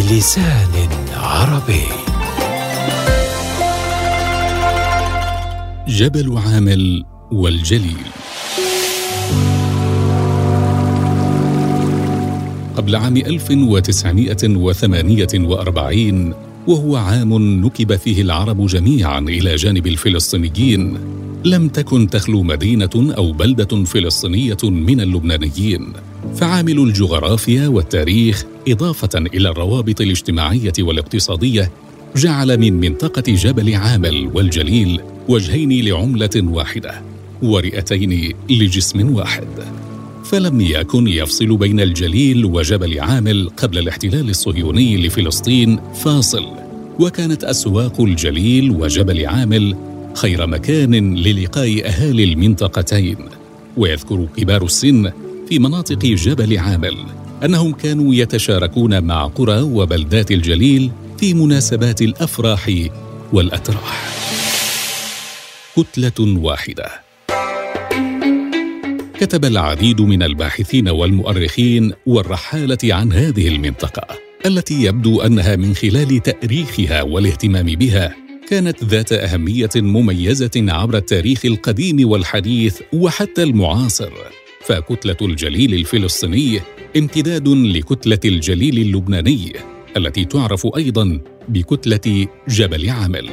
بلسان عربي. جبل عامل والجليل. قبل عام 1948، وهو عام نكب فيه العرب جميعاً إلى جانب الفلسطينيين، لم تكن تخلو مدينة أو بلدة فلسطينية من اللبنانيين. فعامل الجغرافيا والتاريخ إضافة إلى الروابط الاجتماعية والاقتصادية جعل من منطقة جبل عامل والجليل وجهين لعملة واحدة ورئتين لجسم واحد. فلم يكن يفصل بين الجليل وجبل عامل قبل الاحتلال الصهيوني لفلسطين فاصل، وكانت أسواق الجليل وجبل عامل خير مكان للقاء أهالي المنطقتين. ويذكر كبار السن في مناطق جبل عامل أنهم كانوا يتشاركون مع قرى وبلدات الجليل في مناسبات الأفراح والأتراح. كتلة واحدة. كتب العديد من الباحثين والمؤرخين والرحالة عن هذه المنطقة التي يبدو أنها من خلال تأريخها والاهتمام بها كانت ذات أهمية مميزة عبر التاريخ القديم والحديث وحتى المعاصر. فكتلة الجليل الفلسطيني امتداد لكتلة الجليل اللبناني التي تعرف أيضاً بكتلة جبل عامل.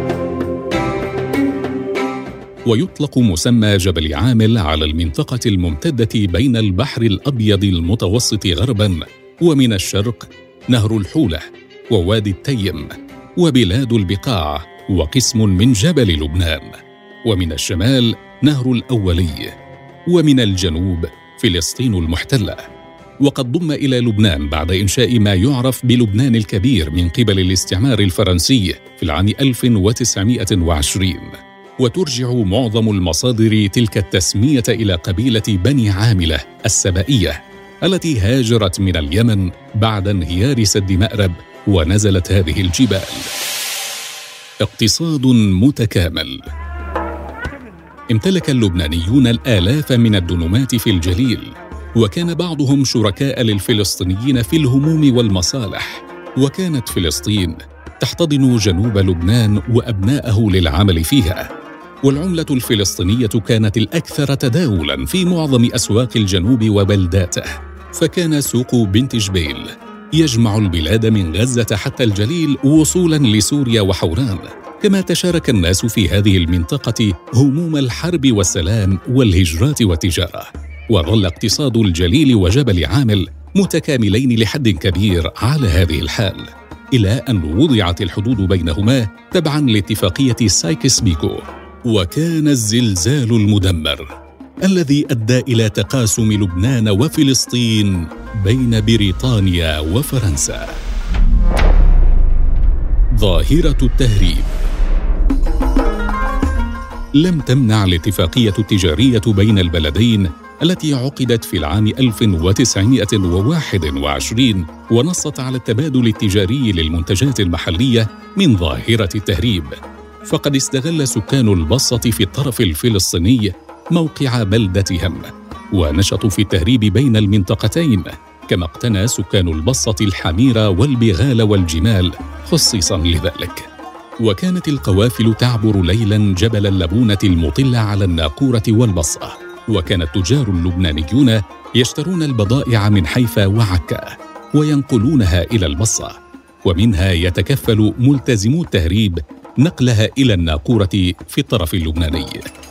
ويطلق مسمى جبل عامل على المنطقة الممتدة بين البحر الأبيض المتوسط غرباً، ومن الشرق نهر الحولة ووادي التيم وبلاد البقاع وقسم من جبل لبنان، ومن الشمال نهر الأولي، ومن الجنوب فلسطين المحتلة. وقد ضم إلى لبنان بعد إنشاء ما يعرف بلبنان الكبير من قبل الاستعمار الفرنسي في العام 1920. وترجع معظم المصادر تلك التسمية إلى قبيلة بني عاملة السبائية التي هاجرت من اليمن بعد انهيار سد مأرب ونزلت هذه الجبال. اقتصاد متكامل. امتلك اللبنانيون الآلاف من الدنومات في الجليل، وكان بعضهم شركاء للفلسطينيين في الهموم والمصالح. وكانت فلسطين تحتضن جنوب لبنان وأبناءه للعمل فيها، والعملة الفلسطينية كانت الأكثر تداولاً في معظم أسواق الجنوب وبلداته. فكان سوق بنت جبيل يجمع البلاد من غزة حتى الجليل وصولاً لسوريا وحوران. كما تشارك الناس في هذه المنطقة هموم الحرب والسلام والهجرات والتجارة. وظل اقتصاد الجليل وجبل عامل متكاملين لحد كبير على هذه الحال، إلى أن وضعت الحدود بينهما تبعاً لاتفاقية سايكس بيكو. وكان الزلزال المدمر الذي أدى إلى تقاسم لبنان وفلسطين بين بريطانيا وفرنسا. ظاهرة التهريب. لم تمنع الاتفاقية التجارية بين البلدين التي عقدت في العام 1921 ونصت على التبادل التجاري للمنتجات المحلية من ظاهرة التهريب. فقد استغل سكان البصة في الطرف الفلسطيني موقع بلدتهم ونشطوا في التهريب بين المنطقتين، كما اقتنى سكان البصة الحمير والبغال والجمال خصيصاً لذلك. وكانت القوافل تعبر ليلاً جبل اللبونة المطل على الناقورة والبصة، وكان التجار اللبنانيون يشترون البضائع من حيفا وعكا وينقلونها إلى البصة، ومنها يتكفل ملتزمو التهريب نقلها إلى الناقورة في الطرف اللبناني.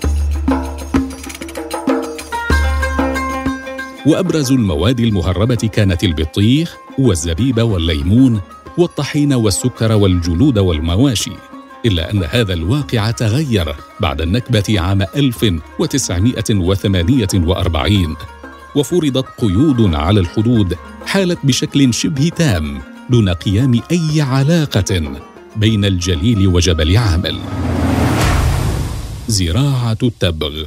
وأبرز المواد المهربة كانت البطيخ والزبيب والليمون والطحين والسكر والجلود والمواشي. إلا أن هذا الواقع تغير بعد النكبة عام 1948، وفرضت قيود على الحدود حالت بشكل شبه تام دون قيام أي علاقة بين الجليل وجبل عامل. زراعة التبغ.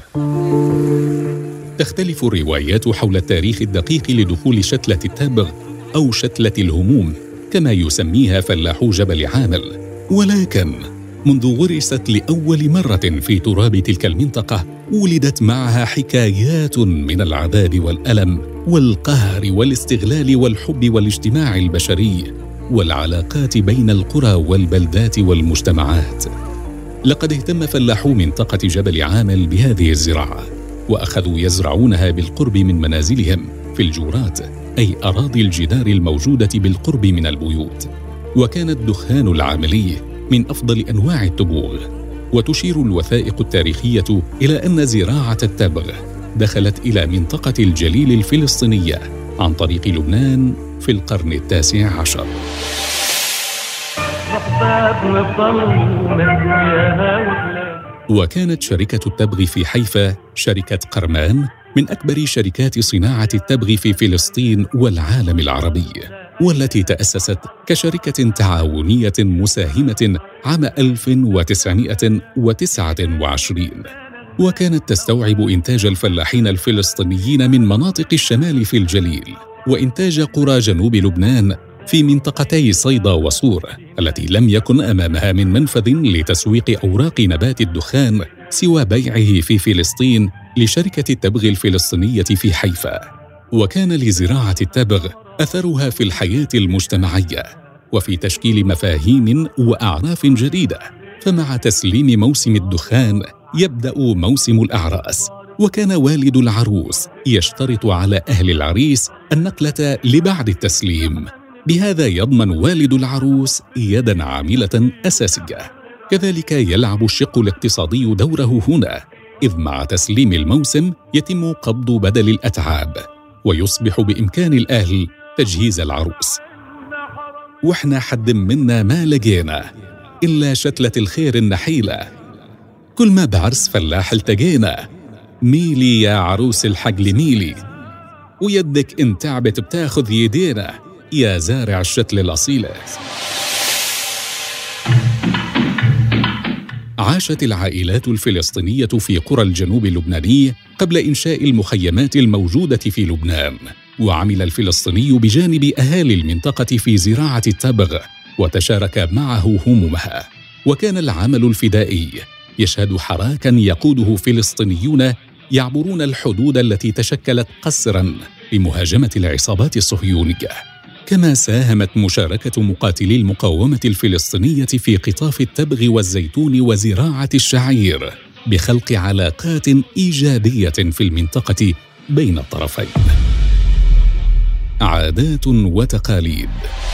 تختلف الروايات حول التاريخ الدقيق لدخول شتلة التبغ أو شتلة الهموم كما يسميها فلاحو جبل عامل، ولكن منذ غرست لأول مرة في تراب تلك المنطقة ولدت معها حكايات من العذاب والألم والقهر والاستغلال والحب والاجتماع البشري والعلاقات بين القرى والبلدات والمجتمعات. لقد اهتم فلاحو منطقة جبل عامل بهذه الزراعة، وأخذوا يزرعونها بالقرب من منازلهم في الجورات، أي أراضي الجدار الموجودة بالقرب من البيوت. وكان الدخان العاملي من أفضل أنواع التبوغ. وتشير الوثائق التاريخية إلى أن زراعة التبغ دخلت إلى منطقة الجليل الفلسطينية عن طريق لبنان في القرن 19. وكانت شركة التبغ في حيفا شركة قرمان من أكبر شركات صناعة التبغ في فلسطين والعالم العربي، والتي تأسست كشركة تعاونية مساهمة عام 1929، وكانت تستوعب إنتاج الفلاحين الفلسطينيين من مناطق الشمال في الجليل، وإنتاج قرى جنوب لبنان في منطقتي صيدا وصور، التي لم يكن أمامها من منفذ لتسويق أوراق نبات الدخان سوى بيعه في فلسطين لشركة التبغ الفلسطينية في حيفا. وكان لزراعة التبغ أثرها في الحياة المجتمعية وفي تشكيل مفاهيم وأعراف جديدة. فمع تسليم موسم الدخان يبدأ موسم الأعراس، وكان والد العروس يشترط على أهل العريس النقلة لبعد التسليم. بهذا يضمن والد العروس يداً عاملة أساسية. كذلك يلعب الشق الاقتصادي دوره هنا، إذ مع تسليم الموسم يتم قبض بدل الأتعاب، ويصبح بإمكان الأهل تجهيز العروس. وإحنا حد منا ما لقينا إلا شتلة الخير النحيلة، كل ما بعرس فلاح التقينا، ميلي يا عروس الحقل ميلي، ويدك إن تعبت بتاخذ يدينا يا زارع الشتل الأصيلة. عاشت العائلات الفلسطينية في قرى الجنوب اللبناني قبل إنشاء المخيمات الموجودة في لبنان، وعمل الفلسطيني بجانب أهالي المنطقة في زراعة التبغ، وتشارك معه همومها. وكان العمل الفدائي يشهد حراكاً يقوده فلسطينيون يعبرون الحدود التي تشكلت قسراً لمهاجمة العصابات الصهيونية. كما ساهمت مشاركة مقاتلي المقاومة الفلسطينية في قطاف التبغ والزيتون وزراعة الشعير بخلق علاقات إيجابية في المنطقة بين الطرفين. عادات وتقاليد.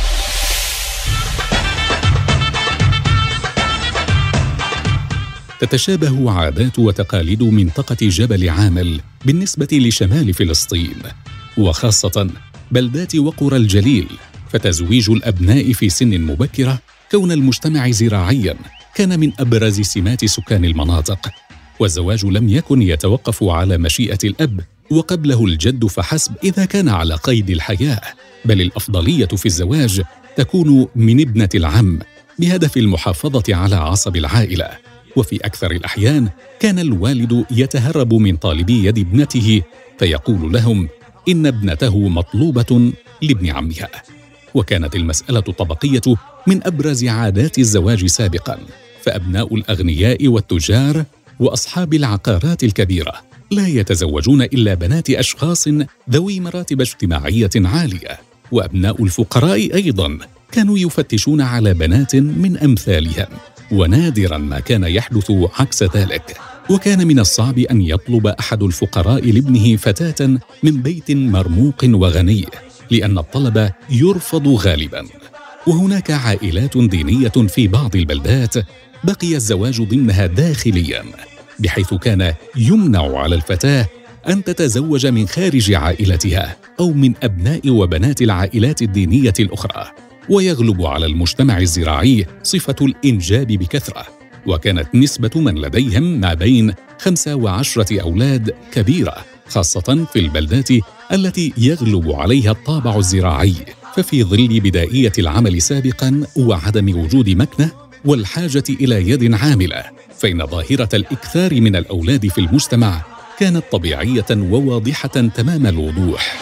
تتشابه عادات وتقاليد منطقة جبل عامل بالنسبة لشمال فلسطين، وخاصة بلدات وقرى الجليل، فتزويج الأبناء في سن مبكرة كون المجتمع زراعياً كان من أبرز سمات سكان المناطق. والزواج لم يكن يتوقف على مشيئة الأب وقبله الجد فحسب إذا كان على قيد الحياة، بل الأفضلية في الزواج تكون من ابنة العم بهدف المحافظة على عصب العائلة. وفي أكثر الأحيان كان الوالد يتهرب من طالبي يد ابنته فيقول لهم إن ابنته مطلوبة لابن عمها. وكانت المسألة الطبقية من أبرز عادات الزواج سابقاً، فأبناء الأغنياء والتجار وأصحاب العقارات الكبيرة لا يتزوجون إلا بنات أشخاص ذوي مراتب اجتماعية عالية، وأبناء الفقراء أيضاً كانوا يفتشون على بنات من أمثالهم، ونادراً ما كان يحدث عكس ذلك. وكان من الصعب أن يطلب أحد الفقراء لابنه فتاة من بيت مرموق وغني، لأن الطلب يرفض غالباً. وهناك عائلات دينية في بعض البلدات بقي الزواج ضمنها داخلياً، بحيث كان يمنع على الفتاة أن تتزوج من خارج عائلتها أو من أبناء وبنات العائلات الدينية الأخرى. ويغلب على المجتمع الزراعي صفة الإنجاب بكثرة، وكانت نسبة من لديهم ما بين 5 و10 أولاد كبيرة، خاصة في البلدات التي يغلب عليها الطابع الزراعي. ففي ظل بدائية العمل سابقاً وعدم وجود مكنة والحاجة إلى يد عاملة، فإن ظاهرة الإكثار من الأولاد في المجتمع كانت طبيعية وواضحة تمام الوضوح.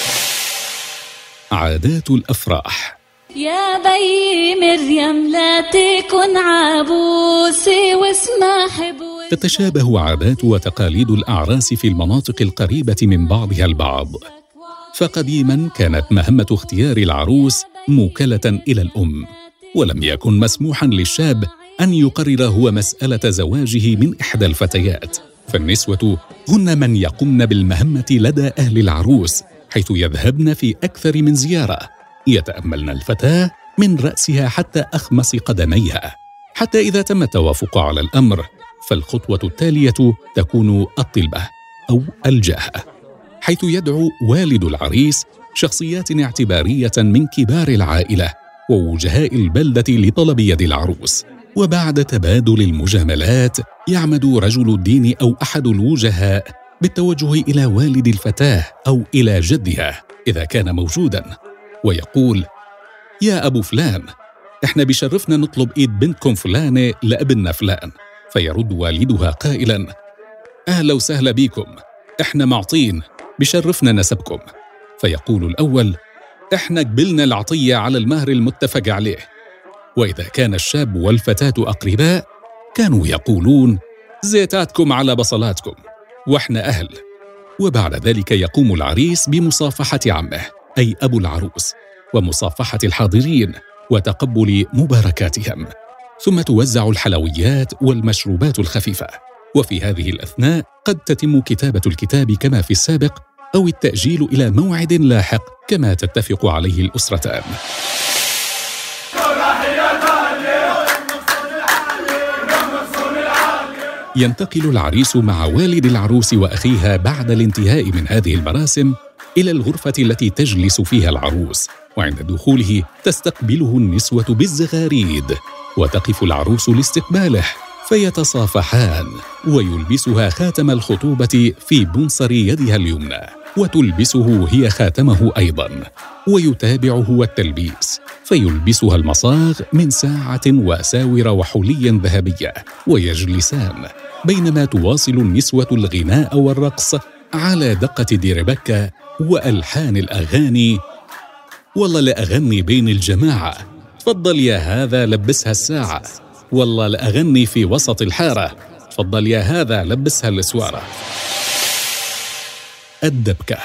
عادات الأفراح. يا بي مريم لا تكن عبوسي واسمع حبوسي. تتشابه عادات وتقاليد الأعراس في المناطق القريبة من بعضها البعض. فقديما كانت مهمة اختيار العروس موكلة إلى الأم، ولم يكن مسموحاً للشاب أن يقرر هو مسألة زواجه من إحدى الفتيات، فالنسوة هن من يقمن بالمهمة لدى أهل العروس، حيث يذهبن في أكثر من زيارة، يتأملن الفتاة من رأسها حتى أخمص قدميها، حتى إذا تم التوافق على الأمر فالخطوة التالية تكون الطلبة أو الجاهة، حيث يدعو والد العريس شخصيات اعتبارية من كبار العائلة ووجهاء البلدة لطلب يد العروس، وبعد تبادل المجاملات يعمد رجل الدين أو أحد الوجهاء بالتوجه إلى والد الفتاة أو إلى جدها إذا كان موجوداً، ويقول: يا أبو فلان، إحنا بشرفنا نطلب إيد بنتكم فلانة لابننا فلان. فيرد والدها قائلاً: أهلا وسهلا بيكم، إحنا معطين، بشرفنا نسبكم. فيقول الأول: إحنا قبلنا العطية على المهر المتفق عليه. وإذا كان الشاب والفتاة أقرباء كانوا يقولون: زيتاتكم على بصلاتكم، وإحنا أهل. وبعد ذلك يقوم العريس بمصافحة عمه أي أبو العروس، ومصافحة الحاضرين وتقبل مباركاتهم، ثم توزع الحلويات والمشروبات الخفيفة. وفي هذه الأثناء قد تتم كتابة الكتاب كما في السابق، أو التأجيل إلى موعد لاحق كما تتفق عليه الأسرتان. ينتقل العريس مع والد العروس وأخيها بعد الانتهاء من هذه المراسم إلى الغرفة التي تجلس فيها العروس، وعند دخوله تستقبله النسوة بالزغاريد، وتقف العروس لاستقباله فيتصافحان، ويلبسها خاتم الخطوبة في بنصر يدها اليمنى، وتلبسه هي خاتمه أيضاً، ويتابعه التلبيس فيلبسها المصاغ من ساعة وأساور وحلي ذهبية، ويجلسان بينما تواصل النسوة الغناء والرقص على دقة ديربكة وألحان الأغاني. والله لأغني بين الجماعة، تفضل يا هذا لبسها الساعة، والله لأغني في وسط الحارة، تفضل يا هذا لبسها الإسوارة. الدبكة.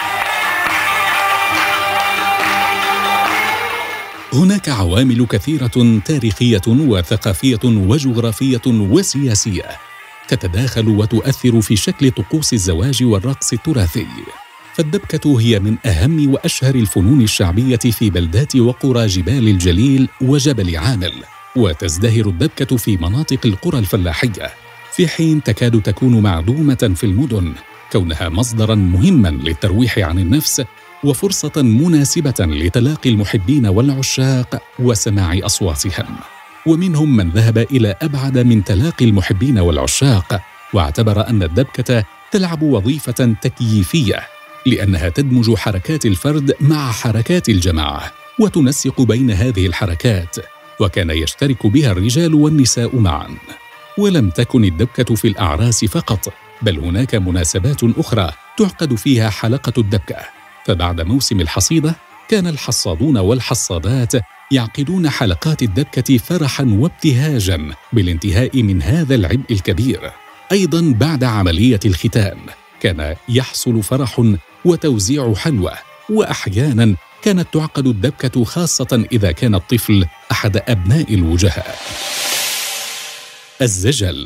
هناك عوامل كثيرة تاريخية وثقافية وجغرافية وسياسية تتداخل وتؤثر في شكل طقوس الزواج والرقص التراثي، فالدبكة هي من أهم وأشهر الفنون الشعبية في بلدات وقرى جبال الجليل وجبل عامل، وتزدهر الدبكة في مناطق القرى الفلاحية، في حين تكاد تكون معدومة في المدن، كونها مصدراً مهماً للترويح عن النفس وفرصة مناسبة لتلاقي المحبين والعشاق وسماع أصواتهم. ومنهم من ذهب إلى أبعد من تلاقي المحبين والعشاق، واعتبر أن الدبكة تلعب وظيفة تكييفية، لأنها تدمج حركات الفرد مع حركات الجماعة وتنسق بين هذه الحركات، وكان يشترك بها الرجال والنساء معاً. ولم تكن الدبكة في الأعراس فقط، بل هناك مناسبات أخرى تعقد فيها حلقة الدبكة. فبعد موسم الحصيدة كان الحصادون والحصادات يعقدون حلقات الدبكة فرحاً وابتهاجاً بالانتهاء من هذا العبء الكبير. أيضاً بعد عملية الختان كان يحصل فرح وتوزيع حلوى، وأحياناً كانت تعقد الدبكة خاصة إذا كان الطفل أحد أبناء الوجهاء. الزجل.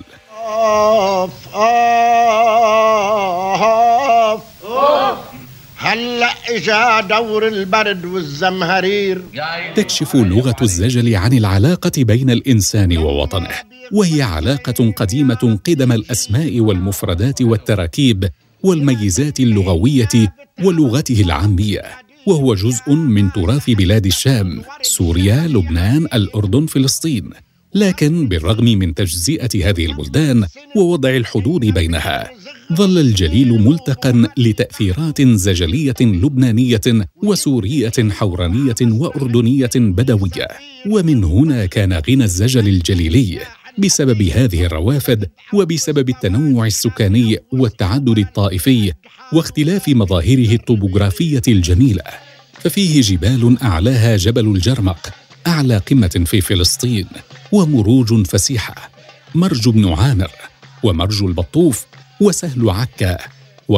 هلأ إجا دور البرد والزمهرير. تكشف لغة الزجل عن العلاقة بين الإنسان ووطنه، وهي علاقة قديمة قدم الأسماء والمفردات والتراكيب والميزات اللغوية ولغته العامية، وهو جزء من تراث بلاد الشام، سوريا، لبنان، الأردن، فلسطين. لكن بالرغم من تجزئة هذه البلدان ووضع الحدود بينها، ظل الجليل ملتقاً لتأثيرات زجلية لبنانية وسورية حورانية وأردنية بدوية. ومن هنا كان غنى الزجل الجليلي بسبب هذه الروافد، وبسبب التنوع السكاني والتعدد الطائفي واختلاف مظاهره الطبوغرافية الجميلة. ففيه جبال أعلاها جبل الجرمق، أعلى قمة في فلسطين، ومروج فسيحة، مرج بن عامر، ومرج البطوف، وسهل عكا،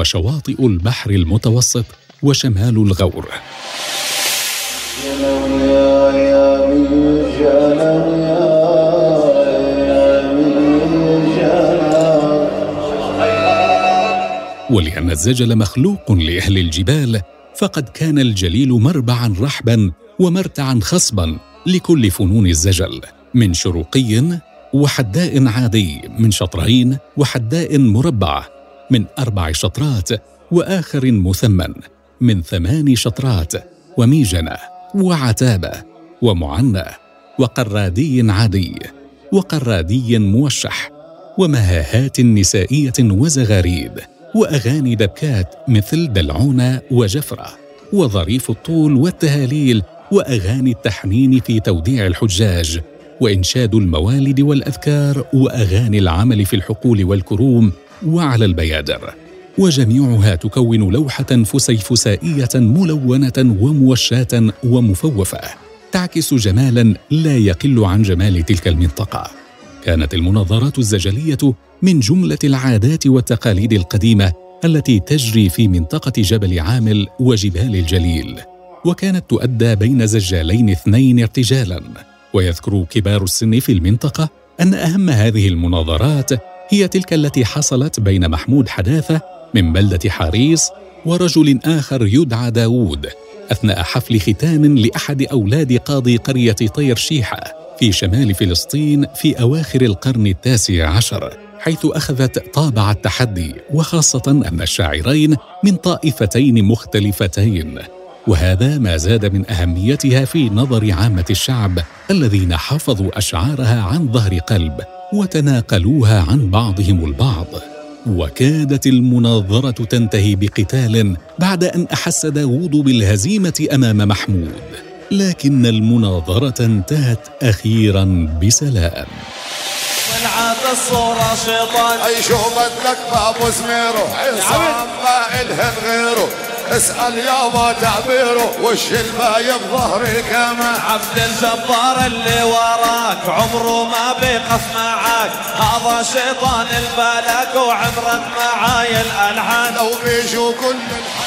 وشواطئ البحر المتوسط، وشمال الغور. ولأن الزجل مخلوق لأهل الجبال، فقد كان الجليل مربعاً رحباً ومرتعاً خصباً لكل فنون الزجل، من شروقي وحداء عادي، من شطرين وحداء مربع، من 4 شطرات، وآخر مثمن من 8 شطرات، وميجنة وعتابة ومعنى، وقرادي عادي، وقرادي موشح، ومهاهات نسائية وزغاريد، وأغاني دبكات مثل دلعونة وجفرة، وظريف الطول والتهاليل، وأغاني التحنين في توديع الحجاج، وإنشاد الموالد والأذكار، وأغاني العمل في الحقول والكروم وعلى البيادر، وجميعها تكون لوحة فسيفسائية ملونة وموشاة ومفوفة، تعكس جمالاً لا يقل عن جمال تلك المنطقة. كانت المناظرات الزجلية من جملة العادات والتقاليد القديمة التي تجري في منطقة جبل عامل وجبال الجليل، وكانت تؤدى بين زجالين 2 ارتجالاً. ويذكر كبار السن في المنطقة أن أهم هذه المناظرات هي تلك التي حصلت بين محمود حداثة من بلدة حاريص ورجل آخر يدعى داود أثناء حفل ختان لأحد أولاد قاضي قرية طير شيحة في شمال فلسطين في أواخر القرن 19، حيث أخذت طابع التحدي، وخاصة أن الشاعرين من طائفتين مختلفتين، وهذا ما زاد من أهميتها في نظر عامة الشعب الذين حفظوا أشعارها عن ظهر قلب وتناقلوها عن بعضهم البعض. وكادت المناظرة تنتهي بقتال بعد أن أحس داود بالهزيمة أمام محمود، لكن المناظرة انتهت أخيراً بسلام. والعاد الصورة شيطان أي شوبت لك بابو زميره، عصام ما إلهن غيره، اسأل يابا تعبيره، وش البايب ظهري كمان. عبد الجبار اللي وراك عمره ما بيقف معاك، هذا شيطان البلك وعمرك معاي الألحان. لو بيجوا كل